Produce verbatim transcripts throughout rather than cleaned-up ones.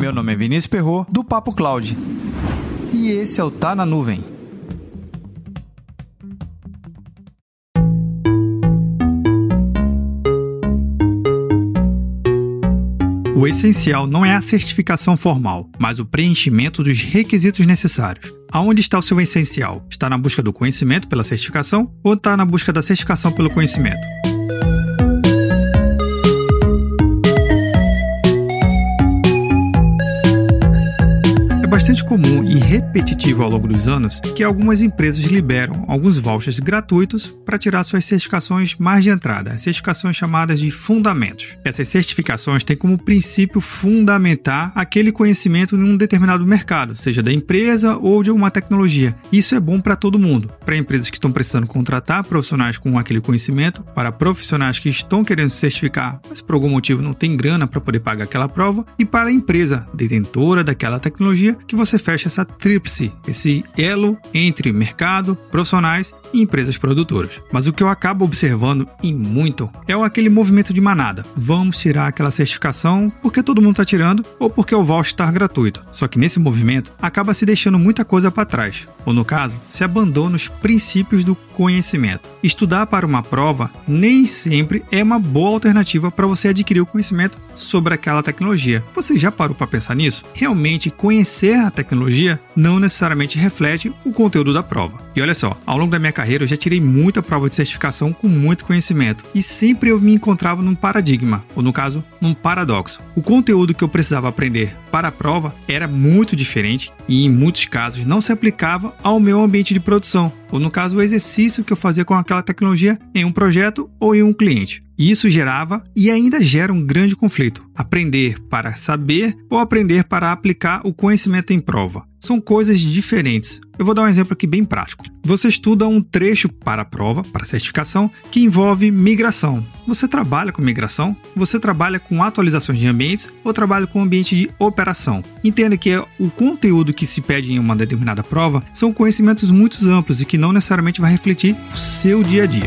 Meu nome é Vinícius Perro, do Papo Cloud. E esse é o Tá na Nuvem. O essencial não é a certificação formal, mas o preenchimento dos requisitos necessários. Aonde está o seu essencial? Está na busca do conhecimento pela certificação ou está na busca da certificação pelo conhecimento? É bastante comum e repetitivo ao longo dos anos que algumas empresas liberam alguns vouchers gratuitos para tirar suas certificações mais de entrada, as certificações chamadas de fundamentos. Essas certificações têm como princípio fundamentar aquele conhecimento em um determinado mercado, seja da empresa ou de alguma tecnologia. Isso é bom para todo mundo, para empresas que estão precisando contratar profissionais com aquele conhecimento, para profissionais que estão querendo se certificar, mas por algum motivo não tem grana para poder pagar aquela prova, e para a empresa detentora daquela tecnologia, que você fecha essa tríplice, esse elo entre mercado, profissionais e empresas produtoras. Mas o que eu acabo observando, e muito, é aquele movimento de manada. Vamos tirar aquela certificação porque todo mundo está tirando ou porque o voucher está gratuito. Só que nesse movimento, acaba se deixando muita coisa para trás. Ou no caso, se abandona os princípios do conhecimento. Estudar para uma prova nem sempre é uma boa alternativa para você adquirir o conhecimento sobre aquela tecnologia. Você já parou para pensar nisso? Realmente, conhecer a tecnologia não necessariamente reflete o conteúdo da prova. E olha só, ao longo da minha carreira eu já tirei muita prova de certificação com muito conhecimento e sempre eu me encontrava num paradigma, ou no caso, num paradoxo. O conteúdo que eu precisava aprender para a prova era muito diferente e em muitos casos não se aplicava ao meu ambiente de produção, ou no caso o exercício que eu fazia com aquela tecnologia em um projeto ou em um cliente. E isso gerava e ainda gera um grande conflito. Aprender para saber ou aprender para aplicar o conhecimento em prova. São coisas diferentes. Eu vou dar um exemplo aqui bem prático. Você estuda um trecho para a prova, para a certificação, que envolve migração. Você trabalha com migração? Você trabalha com atualizações de ambientes ou trabalha com ambiente de operação? Entenda que o conteúdo que se pede em uma determinada prova são conhecimentos muito amplos e que não necessariamente vai refletir o seu dia a dia.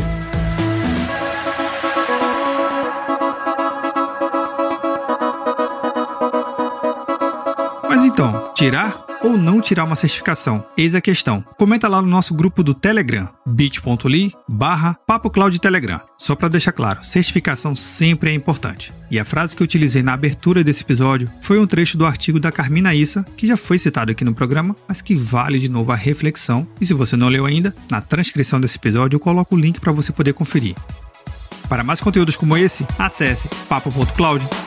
Mas então, tirar ou não tirar uma certificação? Eis a questão. Comenta lá no nosso grupo do Telegram, bit.ly barra Papo Cloud Telegram. Só para deixar claro, certificação sempre é importante. E a frase que eu utilizei na abertura desse episódio foi um trecho do artigo da Carmina Issa, que já foi citado aqui no programa, mas que vale de novo a reflexão. E se você não leu ainda, na transcrição desse episódio eu coloco o link para você poder conferir. Para mais conteúdos como esse, acesse papo ponto cloud.